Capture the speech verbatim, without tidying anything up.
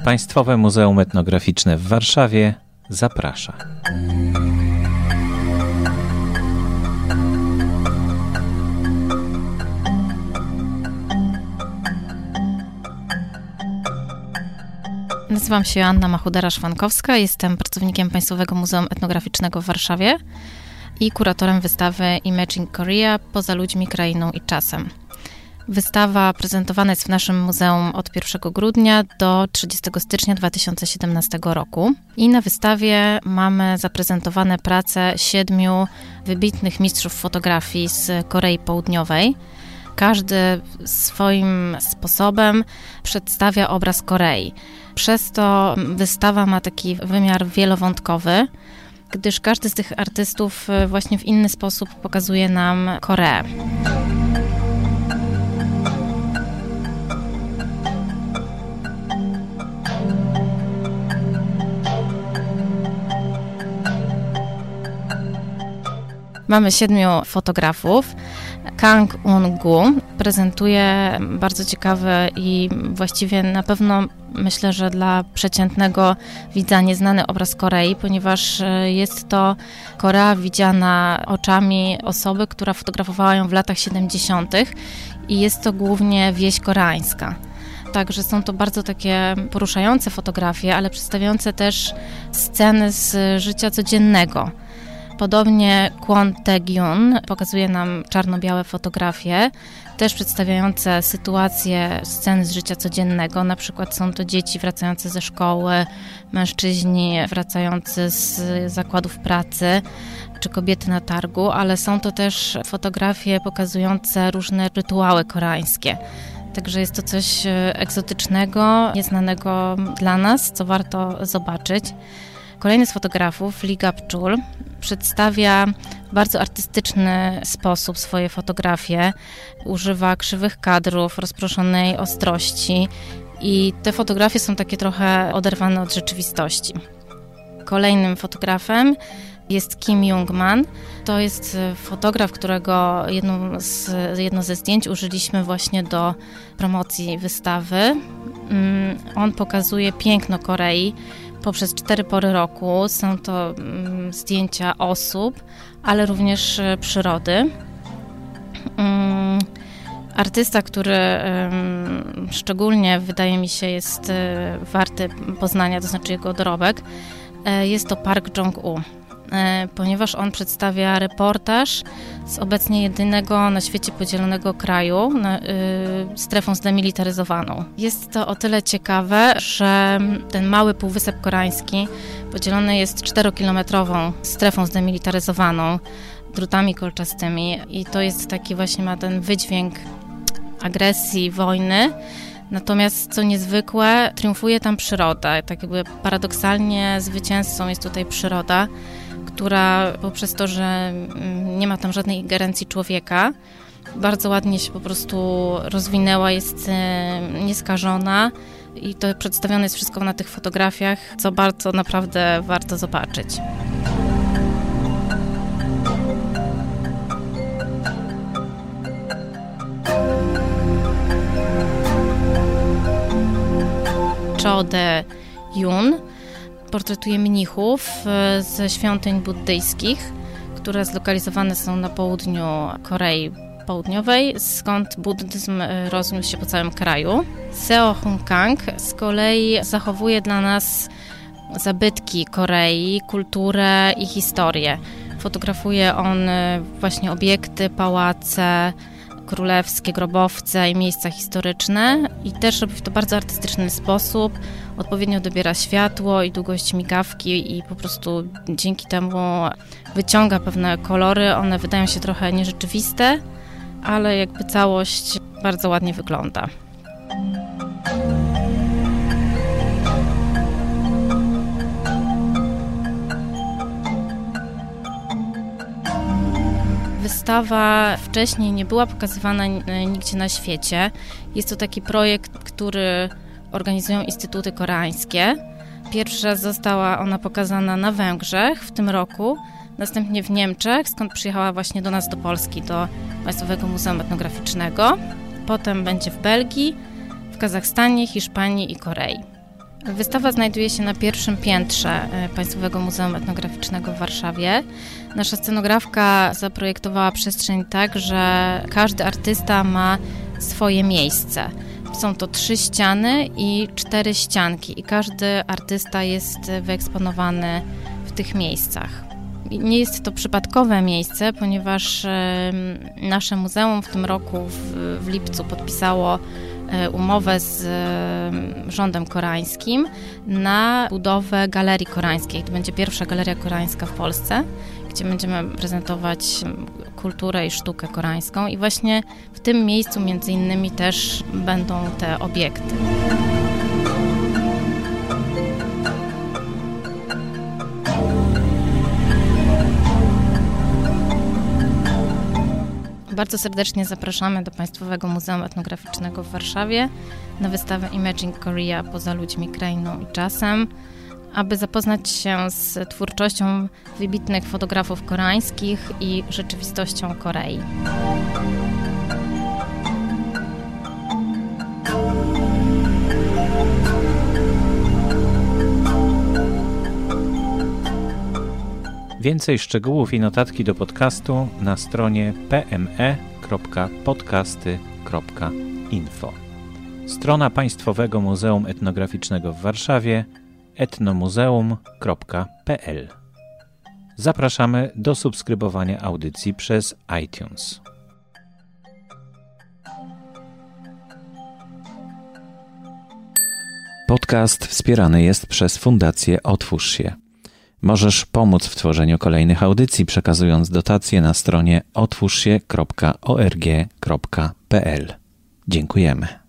Państwowe Muzeum Etnograficzne w Warszawie zaprasza. Nazywam się Joanna Machudera-Szwankowska, jestem pracownikiem Państwowego Muzeum Etnograficznego w Warszawie i kuratorem wystawy Imaging Korea – Poza ludźmi, krainą i czasem. Wystawa prezentowana jest w naszym muzeum od pierwszego grudnia do trzydziestego stycznia dwa tysiące siedemnastego roku. I na wystawie mamy zaprezentowane prace siedmiu wybitnych mistrzów fotografii z Korei Południowej. Każdy swoim sposobem przedstawia obraz Korei. Przez to wystawa ma taki wymiar wielowątkowy, gdyż każdy z tych artystów właśnie w inny sposób pokazuje nam Koreę. Mamy siedmiu fotografów. Kang Un-gu prezentuje bardzo ciekawy i właściwie na pewno myślę, że dla przeciętnego widza nieznany obraz Korei, ponieważ jest to Korea widziana oczami osoby, która fotografowała ją w latach siedemdziesiątych i jest to głównie wieś koreańska. Także są to bardzo takie poruszające fotografie, ale przedstawiające też sceny z życia codziennego. Podobnie Kwon Tae-gyun pokazuje nam czarno-białe fotografie, też przedstawiające sytuacje, sceny z życia codziennego. Na przykład są to dzieci wracające ze szkoły, mężczyźni wracający z zakładów pracy, czy kobiety na targu, ale są to też fotografie pokazujące różne rytuały koreańskie. Także jest to coś egzotycznego, nieznanego dla nas, co warto zobaczyć. Kolejny z fotografów, Lee Gap-chul, przedstawia w bardzo artystyczny sposób swoje fotografie. Używa krzywych kadrów, rozproszonej ostrości i te fotografie są takie trochę oderwane od rzeczywistości. Kolejnym fotografem jest Kim Jung-man. To jest fotograf, którego jedno, z, jedno ze zdjęć użyliśmy właśnie do promocji wystawy. On pokazuje piękno Korei poprzez cztery pory roku. Są to mm, zdjęcia osób, ale również y, przyrody. Um, artysta, który um, szczególnie wydaje mi się jest y, warty poznania, to znaczy jego dorobek, y, jest to Park Jong-u. Ponieważ on przedstawia reportaż z obecnie jedynego na świecie podzielonego kraju, na, y, strefą zdemilitaryzowaną. Jest to o tyle ciekawe, że ten mały półwysep koreański podzielony jest czterokilometrową strefą zdemilitaryzowaną, drutami kolczastymi i to jest taki właśnie, ma ten wydźwięk agresji, wojny. Natomiast co niezwykłe, triumfuje tam przyroda. Tak jakby paradoksalnie zwycięzcą jest tutaj przyroda, która poprzez to, że nie ma tam żadnej ingerencji człowieka, bardzo ładnie się po prostu rozwinęła, jest nieskażona i to przedstawione jest wszystko na tych fotografiach, co bardzo naprawdę warto zobaczyć. Cho De-yun portretuje mnichów ze świątyń buddyjskich, które zlokalizowane są na południu Korei Południowej, skąd buddyzm rozniósł się po całym kraju. Seo Hong-kang z kolei zachowuje dla nas zabytki Korei, kulturę i historię. Fotografuje on właśnie obiekty, pałace królewskie, grobowce i miejsca historyczne i też robi w to bardzo artystyczny sposób, odpowiednio dobiera światło i długość migawki i po prostu dzięki temu wyciąga pewne kolory, one wydają się trochę nierzeczywiste, ale jakby całość bardzo ładnie wygląda. Wystawa wcześniej nie była pokazywana nigdzie na świecie. Jest to taki projekt, który organizują instytuty koreańskie. Pierwszy raz została ona pokazana na Węgrzech w tym roku, następnie w Niemczech, skąd przyjechała właśnie do nas do Polski, do Państwowego Muzeum Etnograficznego. Potem będzie w Belgii, w Kazachstanie, Hiszpanii i Korei. Wystawa znajduje się na pierwszym piętrze Państwowego Muzeum Etnograficznego w Warszawie. Nasza scenografka zaprojektowała przestrzeń tak, że każdy artysta ma swoje miejsce. Są to trzy ściany i cztery ścianki i każdy artysta jest wyeksponowany w tych miejscach. Nie jest to przypadkowe miejsce, ponieważ nasze muzeum w tym roku w, w lipcu podpisało umowę z rządem koreańskim na budowę Galerii Koreańskiej. To będzie pierwsza galeria koreańska w Polsce, gdzie będziemy prezentować kulturę i sztukę koreańską i właśnie w tym miejscu między innymi też będą te obiekty. Bardzo serdecznie zapraszamy do Państwowego Muzeum Etnograficznego w Warszawie na wystawę Imaging Korea poza ludźmi, krainą i czasem, aby zapoznać się z twórczością wybitnych fotografów koreańskich i rzeczywistością Korei. Więcej szczegółów i notatki do podcastu na stronie p m e kropka podcasty kropka info. Strona Państwowego Muzeum Etnograficznego w Warszawie etnomuzeum kropka p l. Zapraszamy do subskrybowania audycji przez iTunes. Podcast wspierany jest przez Fundację Otwórz się. Możesz pomóc w tworzeniu kolejnych audycji, przekazując dotacje na stronie otwórz się kropka org kropka p l. Dziękujemy.